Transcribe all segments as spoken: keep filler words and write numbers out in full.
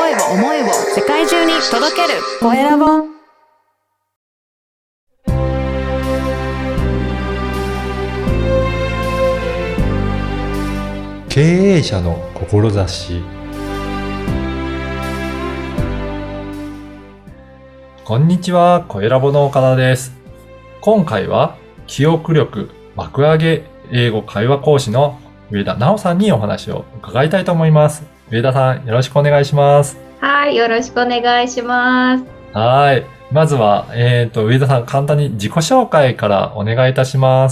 声を思いを世界中に届けるコエラボ。 経営者の志。こんにちは、コエラボの岡田です。今回は記憶力爆上げ英語会話講師の上田直さんにお話を伺いたいと思います。上田さん、よろしくお願いします。 はい、よろしくお願いします。 はい。まずは、えっと、上田さん、簡単に自己紹介からお願いいたします。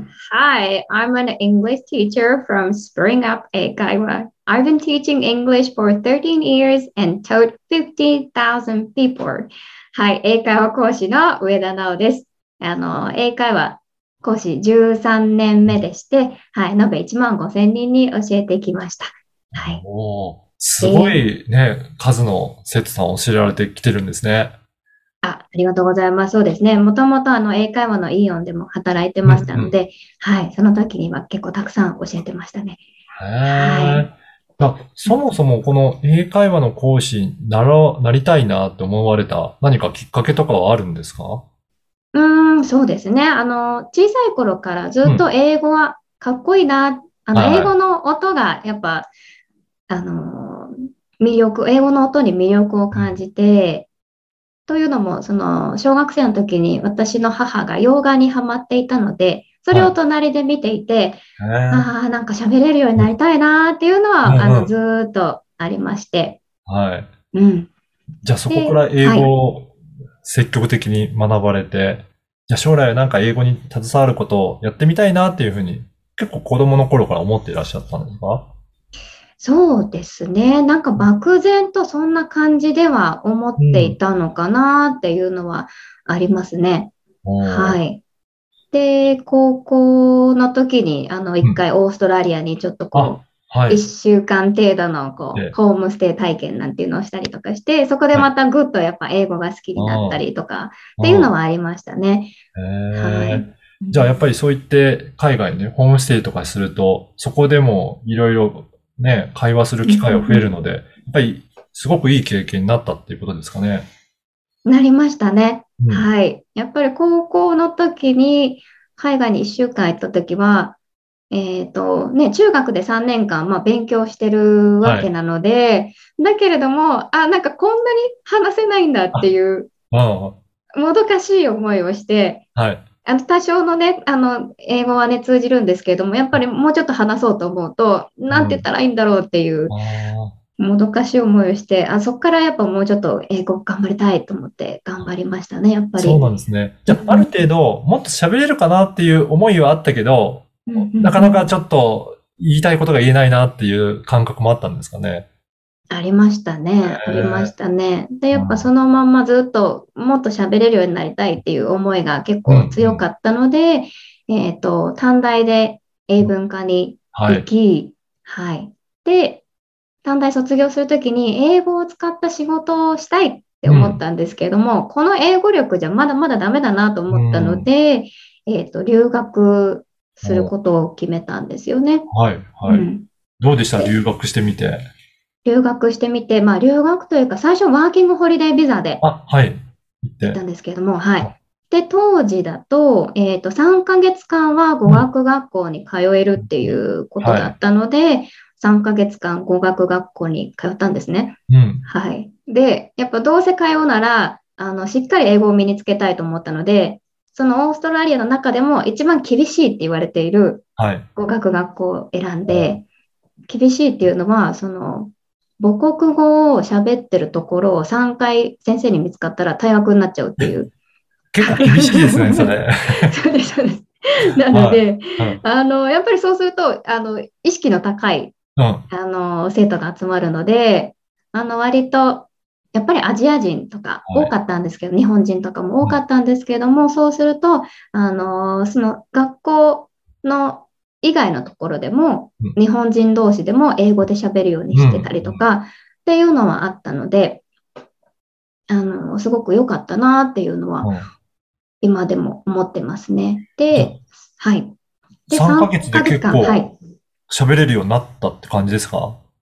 Hi, I'm an English teacher from Spring Up 英会話。I've been teaching English for thirteen years and taught fifteen thousand people. はい、英会話講師の上田直です。あの、英会話講師じゅうさんねんめでして、はい、延べいちまんごせんにんに教えてきました。はい。 おー、すごいね、えー、数の生徒さんを教えられてきてるんですね。 あ、ありがとうございます。そうですね。もともとあの英会話のイオンでも働いてましたので、うんうん、はい、その時には結構たくさん教えてましたね。 へー。はい、そもそもこの英会話の講師になら、なりたいなって思われた何かきっかけとかはあるんですか？ うーん、そうですね。あの、小さい頃からずっと英語はかっこいいな、うん、あの、英語の音がやっぱ、あの、魅力、英語の音に魅力を感じて、というのも、その、小学生の時に私の母が洋画にハマっていたので、それを隣で見ていて、はい、ああ、なんか喋れるようになりたいなっていうのは、うんうん、あの、ずーっとありまして。 はい。 うん。 じゃあそこから英語を積極的に学ばれて、はい、じゃあ将来はなんか英語に携わることをやってみたいなっていうふうに、結構子供の頃から思っていらっしゃったんですか？ そうですね。なんか漠然とそんな感じでは思っていたのかなっていうのはありますね。うん、はい。で、高校の時に、あの、一回オーストラリアにちょっとこう、はい、一週間程度のこう、ホームステイ体験なんていうのをしたりとかして、そこでまたぐっとやっぱ英語が好きになったりとかっていうのはありましたね。 はい。じゃあやっぱりそう言って海外で、ね、ホームステイとかすると、そこでもいろいろね、会話する機会が増えるので、やっぱりすごくいい経験になったっていうことですかね。 なりましたね。うん、はい。やっぱり高校の時に海外にいっしゅうかん行った時は、えっとね、中学でさんねんかん、まあ、勉強してるわけなので、はい、だけれども、あ、なんかこんなに話せないんだっていう、もどかしい思いをして、はい、あの多少のね、あの、英語はね、通じるんですけれども、やっぱりもうちょっと話そうと思うと、なんて言ったらいいんだろうっていう、もどかしい思いをして、あ、そこからやっぱもうちょっと英語頑張りたいと思って頑張りましたね、やっぱり。 そうなんですね。じゃあ、ある程度、もっと喋れるかなっていう思いはあったけど、なかなかちょっと言いたいことが言えないなっていう感覚もあったんですかね。 ありましたね。ありましたね。で、やっぱそのまんまずっともっと喋れるようになりたいっていう思いが結構強かったので、うんうん、えっと、短大で英文科に行き、はい、はい。で、短大卒業するときに英語を使った仕事をしたいって思ったんですけれども、うん、この英語力じゃまだまだダメだなと思ったので、うん、えっと、留学することを決めたんですよね。 はい、はい。うん、どうでした？留学してみて。 留学してみて、まあ留学というか最初ワーキングホリデービザであ、はい。 行ったんですけれども、はい。で、当時だと、えっと、さんかげつかんは語学学校に通えるっていうことだったので、うん、はい、さんかげつかん語学学校に通ったんですね。うん、はい。で、やっぱどうせ通うなら、あの、しっかり英語を身につけたいと思ったので、そのオーストラリアの中でも一番厳しいって言われている語学学校を選んで、はい、厳しいっていうのは、その、母国語を喋ってるところをさんかい先生に見つかったら退学になっちゃうっていう。 結構厳しいですね、それ。 そうです、そうです。なので、はいはい、あの、やっぱりそうすると、あの、意識の高い、うん、あの、生徒が集まるので、あの、割と、やっぱりアジア人とか多かったんですけど、はい、日本人とかも多かったんですけども、うん、そうすると、あの、その学校の以外のところでも、うん、日本人同士でも英語で喋るようにしてたりとか、うん、っていうのはあったので、あの、すごく良かったなっていうのは、うん、今でも思ってますね。で、はい。 で、さんかげつで結構喋れるようになったって感じですか？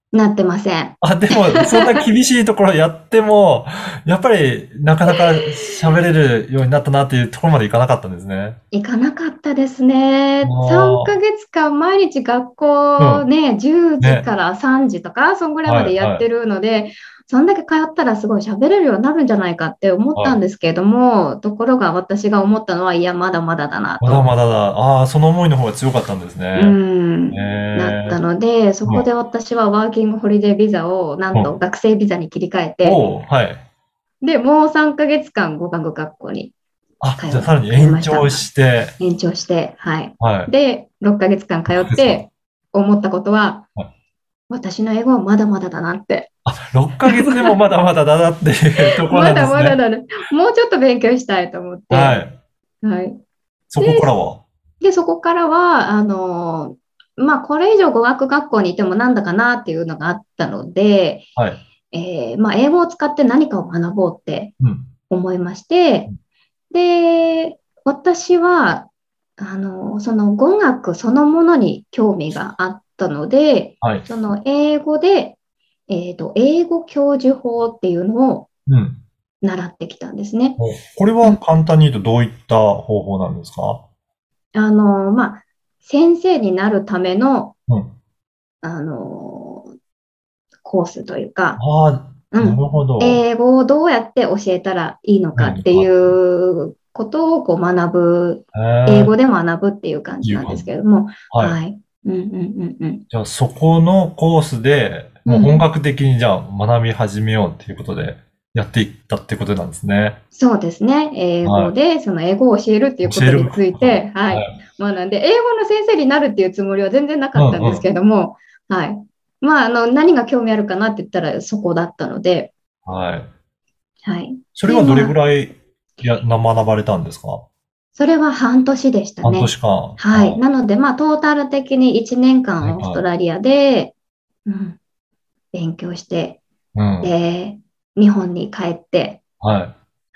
なってません。 あ、でも、そんな厳しいところやっても、やっぱり、なかなか喋れるようになったなっていうところまでいかなかったんですね。 行かなかったですね。3 あヶ月間毎日学あ、うん。 校ね、じゅうじね。 からさんじとか、そんぐらいまはい、はい、 でやってるので、そんだけ通ったらすごい喋れるようになるんじゃないかって思ったんはい。 ですけれども、ところが私が思ったのは、いや、まだまだだなまだと。 まだだ。ああ、その思いの方が強かったんですうね。えん、なったえ、 ので、そこでうん、 私はワーキングホリデービザをなんとうん。 学生ビザに切り替えて、 おお、はい。 で、もうさんかげつかん語学学校にあ、 通、 じゃあさらに通い延長ました。 して、 延長して、はい。 はい。 で、ろっかげつかん通ろっかげつかん。 って思ったことは、 はい。 私の英語はまだまだだなって。 あ、ろっかげつでもまだまだだなっていうところまだなんですね。 まだだな。もうちょっと勉強したいと思って。 はい。 はい。 そこで、 からは？ で、そこからは、あの、まあ、これ以上語学学校にいてもなんだかなっていうのがあったので、 はい。 えーまあ、英語を使って何かを学ぼうってうん。 思いまして、で、私は、あの、その語学そのものに興味があったので、 はい。 その英語で、えっと、英語教授法っていうのをうん。 習ってきたんですね。 おこれはうん。 簡単に言うとどういった方法なんですか？ あの、まあ、先生になるための、 うん。 あの、コースというか、 ああ、 うん、 なるほど。 英語をどうやって教えたらいいのかっていないのか。 うことをこう学ぶ、 へえ、 英語で学ぶっていう感じなんですいう感じ。 けれども、 はい。 はい。うんうんうんうん。 じゃあそこのコースで、もう本うん、 格的にじゃあ学び始めようっていうことでやっていったってことなんですね。 そうですね。英語はで、その英語を教えるっていうい。教えるこことについとか。 て、はい。 はい。 学んで、英語の先生になるっていうつもりは全然なかうんったんですけうん。 れども、はい。まあ、あの、何が興味あるかなって言ったらそこだったので、 はい。 はい。で、 それはどれまあ、 ぐらいや、な学ばれたんですか？ それは半年でした半ね。 年間。 はい。 はなので、まあ、トータル的にいちねんかんい。 オーストはラリアで、うん、勉強して、 い。うん。 で、日本に帰って、 はい。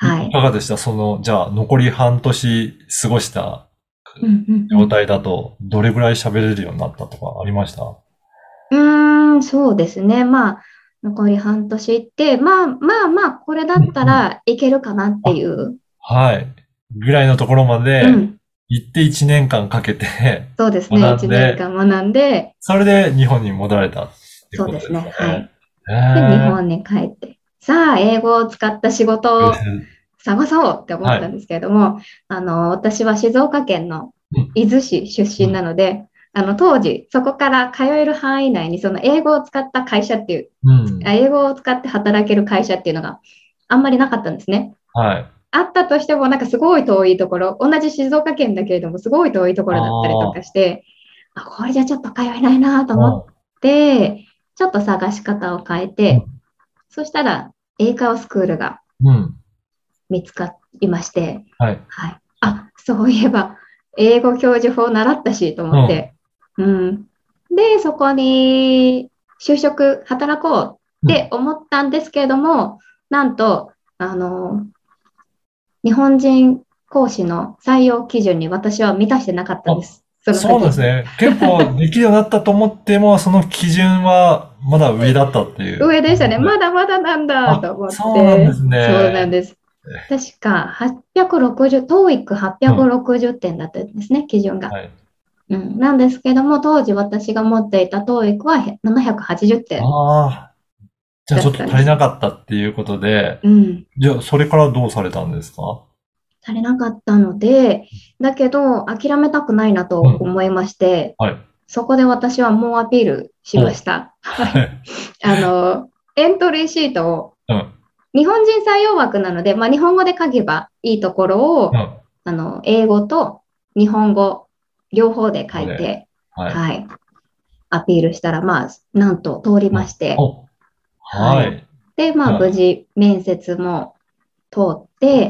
い、いはい。 かがでしたその、じゃあ、残り半年過ごしたうんうんうん。 状態だと、どれぐらい喋れるようになったとかありました？ うーん、そうですね。まあ、残り半年って、まあまあまあ、これだったうんうん。 らいけるかなっていあ、 う。 はい。ぐらいのところまでうん。 行っていちねんかんかんかけてそうですね。1 学んで、 年間学んで、 それで日本に戻られたっていうことですかそうですね。はね。 い。で、日へ本に帰って、さあ、英語を使った仕事をえ。 探そうって思はい。 ったんですけれども、あの、私は静岡県のうん。 伊豆市出身なうん。 ので、あの、当時、そこから通える範囲内に、その英語を使った会社っていう、 うん。 英語を使って働ける会社っていうのがあんまりなかったんですね。 はい。 あったとしても、なんかすごい遠いところ、同じ静岡県だけれども、すごい遠いとこあろだったりとかあ。 して、あ、これじゃちょっと通えないなと思っうん。 て、ちょっと探し方を変えて、 うん。 そしたら、英会話スクールがうん。 見つかりまして、 はい。 はい。あ、そういえば、英語教授法を習ったしとうん。 思って、うん。で、そこに就職、働こうってうん。 思ったんですけれども、なんと、あの、日本人講師の採用基準に私は満たしてなかったんであ、 す。そのそうなんです時。 ね。結構できるようになったと思っても、その基準はまだ上だったっていう。 上でしたね。まだまだなんだあ、 と思っそうなんでて。 すそうなんね。 です。確かはっぴゃくろくじゅう、トーイックはっぴゃくろくじゅってんだったんですね、基準が。 はい。 うん、なんですけども、当時私が持っていた トーイック はななひゃくはちじゅってんああ、じゃあだちょっと足りなったんです。 かったっていうことで、 うん。 じゃあそれからどうされたんですか？ 足りなかったので、だけど諦めたくないなとうん。 思いまして、 はい。 そこで私は猛アピールしまお、 した。はい。 はい。 あの、エントリーシートをうん。 日本人採用枠なので、まあ、日本語で書けばいいところを、 うん。 あの、英語と日本語両方で書ここで、 いて、 はい。 はい、アピールしたら、まあ、なんと通りうん。 まして、 お、 はい。 はい。 で、まあ、 じゃあ、 無事面接も通って、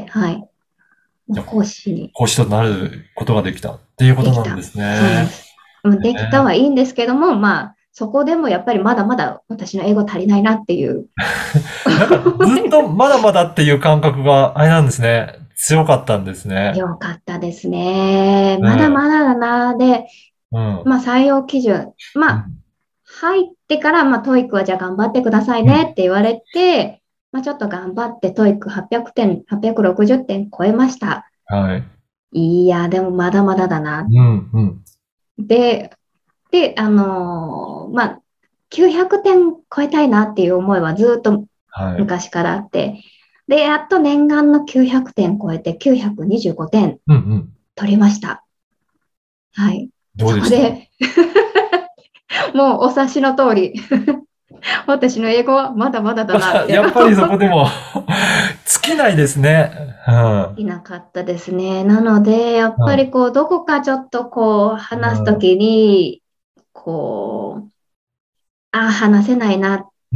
はい、もうじゃあ、 講師に講師となることができたっていうことできた。 なんですね。 そうなんです。うんできたね。 はいいんですけども、まあ、そこでもやっぱりまだまだ私の英語足りないなっていう。 なんかずっとまだまだっていう感覚があれなんですね。強かったんですね。 よかったですね。 うん。 まだまだだな。で、 うん。 まあ、採用基準。まあ、 うん。 入ってから、まあ、トイックはじゃあ頑張ってくださいねって言われて、まあ、ちょっと頑張ってトイックはっぴゃくてん、はっぴゃくろくじゅってん超えました。 はい。 いや、でもまだまだだな。 うん、うん。 で、で、あのーまあ、きゅうひゃくてん超えたいなっていう思いはずっとはい。 昔からあって、で、やっと念願のきゅうひゃくてん超えてきゅうひゃくにじゅうごてんうん、うん。 取りました。はい。そどうでした？ こで、もうお察しの通り、私の英語はまだまだだなってやっぱりそこでも尽きないですね。うん。 いなかったですね。なので、やっぱはりこう、どこかちょっとこう、 い。う話すとん。 きに、こう、ああ、話せないな、 うん。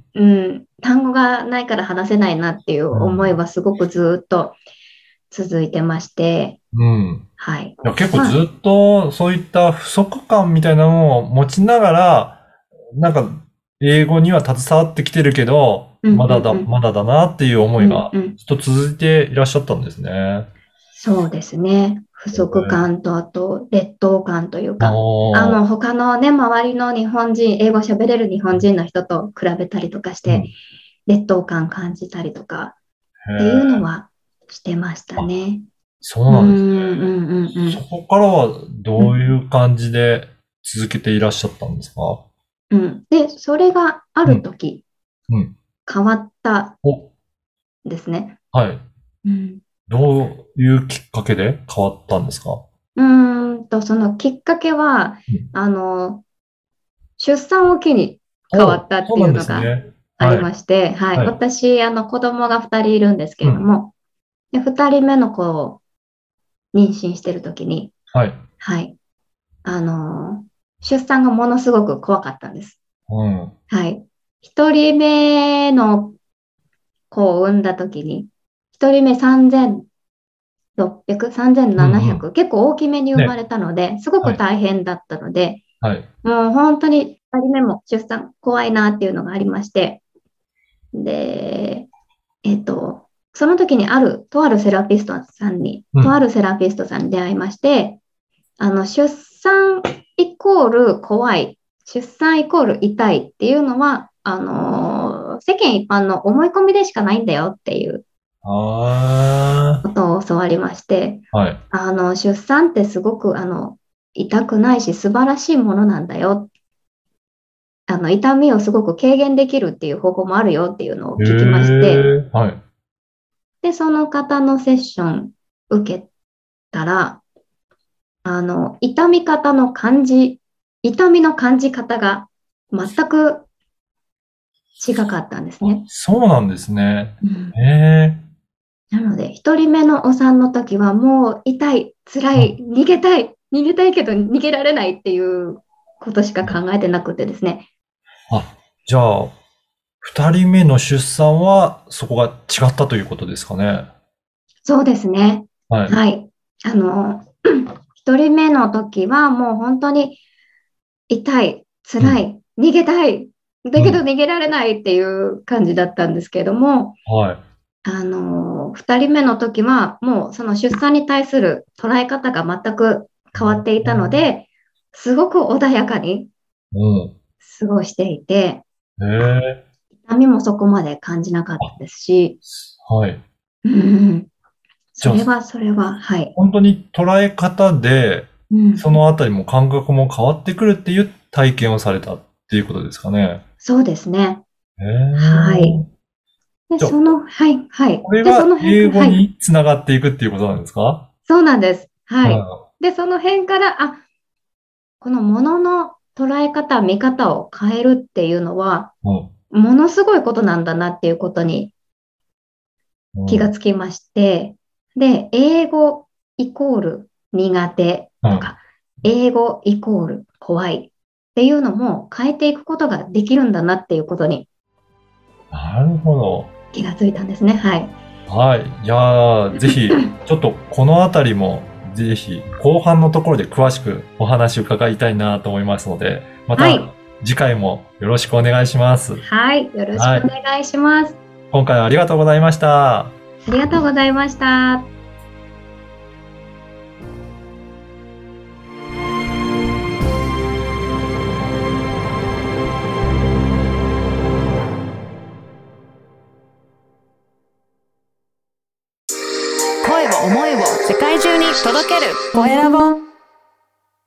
うん、単語がないから話せないなっていううん。 思いはすごくずっと続いてまして、 うん。 はい。 いや、結構まあ、 ずっとそういった不足感みたいなのを持ちながら、なんか、英語には携わってきてるけど、 うんまだだ、 うんうん、 まだだなっていう思ういがんうん。 ずっと続いていらっしゃったんですね。 そうですね。不足え感と、あと、劣等感というー、 か、あの、 ああ、 他のね、周りの日本人、英語喋れる日本人の人と比べたりとかして、 うん。 劣等感感じたりとかっていうへえ、 のはしてましたあ、 ね。 そううーん、 なんですね。 うんうんうん。 そこからはうん、 どういう感じで続けていらっしゃったんですか？ うん。で、それがあうん、 る時うん。 変わったお、 んですね。 はい。 うん。 どういうきっかけで変わったんですか？ うーんと、そのきっかけは、 うん。 あの、出産を機に変わお、 ったってそうなんでいうのがすね。 ありはい。 まして、はい。 はい。 私、あの、子供がふたりいるんですけうん。 れども、で、ふたりめの子を妊娠してる時に、 はい。 はい。あの、出産がものすごく怖かったんです。 うん。 はい。一人目の子を産んだ時に、一人目さんぜんろっぴゃく、 うんうん。 さんぜんななひゃく、結構大きめに生まね。 れたので、すごくはい。 大変だったので、 はい。 もう本当にふたりめも出産怖いなっていうのがありまして、で、えっと、その時にある、とあるセラピストさんに、 うん。 とあるセラピストさんに出会いまして、あの、出産イコール怖い、出産イコール痛いっていうのは、あのー世間一般の思い込みでしかないんだよっていうあことを教わりまして、 あ。はい。 あの、出産ってすごく、あの、痛くないし素晴らしいものなんだよ。あの、痛みをすごく軽減できるっていう方法もあるよっていうのをへ聞きまして、 え。はい。 で、その方のセッション受けたら、あの、痛み方の感じ、痛みの感じ方が全く違かったんですあ、 ね。 そうなんですね。 うん、 へえ。 なので、一人目のお産の時はもう痛い、辛い、 うん。 逃げたい、逃げたいけど逃げられないっていうことしか考えてなくてですね。 あ、じゃあ、二人目の出産はそこが違ったということですかね。 そうですね。 はい。 はい。あの、一人目の時はもう本当に痛い、 うん。 辛い、逃げたい、だけどうん。 逃げられないっていう感じだったんですけども、 はい。 あの、二人目の時は、もうその出産に対する捉え方が全く変わっていたので、すごく穏やかにうん。 過ごしていて、 へえ。 痛みもそこまで感じなかったですし、 はい。 うん、 じゃあ、 それはそれは、はい。 本当に捉え方で、 うん、 そのあたりも感覚も変わってくるっていう体験をされたっていうことですかね。 そうですね。 へえ。 はい。で、 じゃあ、 その、はい、はい。で、そこれがの辺から、はい。 英語につながっていくっていうことなんですか？ そうなんです。はい。 はで、その辺から、あ、このものの捉え方、見方を変えるっていうのは、 い。うん。 ものすごいことなんだなっていうことに気がうん。 つきまして、で、英語イコール苦手うん。 とか、英語イコール怖いっていうのも変えていくことができるんだなっていうことになるほど。 気がついたんですね。はい。 はい。いやー、ぜひ、ちょっとこのあたりも、ぜひ、後半のところで詳しくお話を伺いたいなと思いますので、またはい。 次回もよろしくお願いします。 はい。よろしくおはい。 願いします。 今回はありがとうございました。 ありがとうございました。 思いを世界中に届けるコエラボ。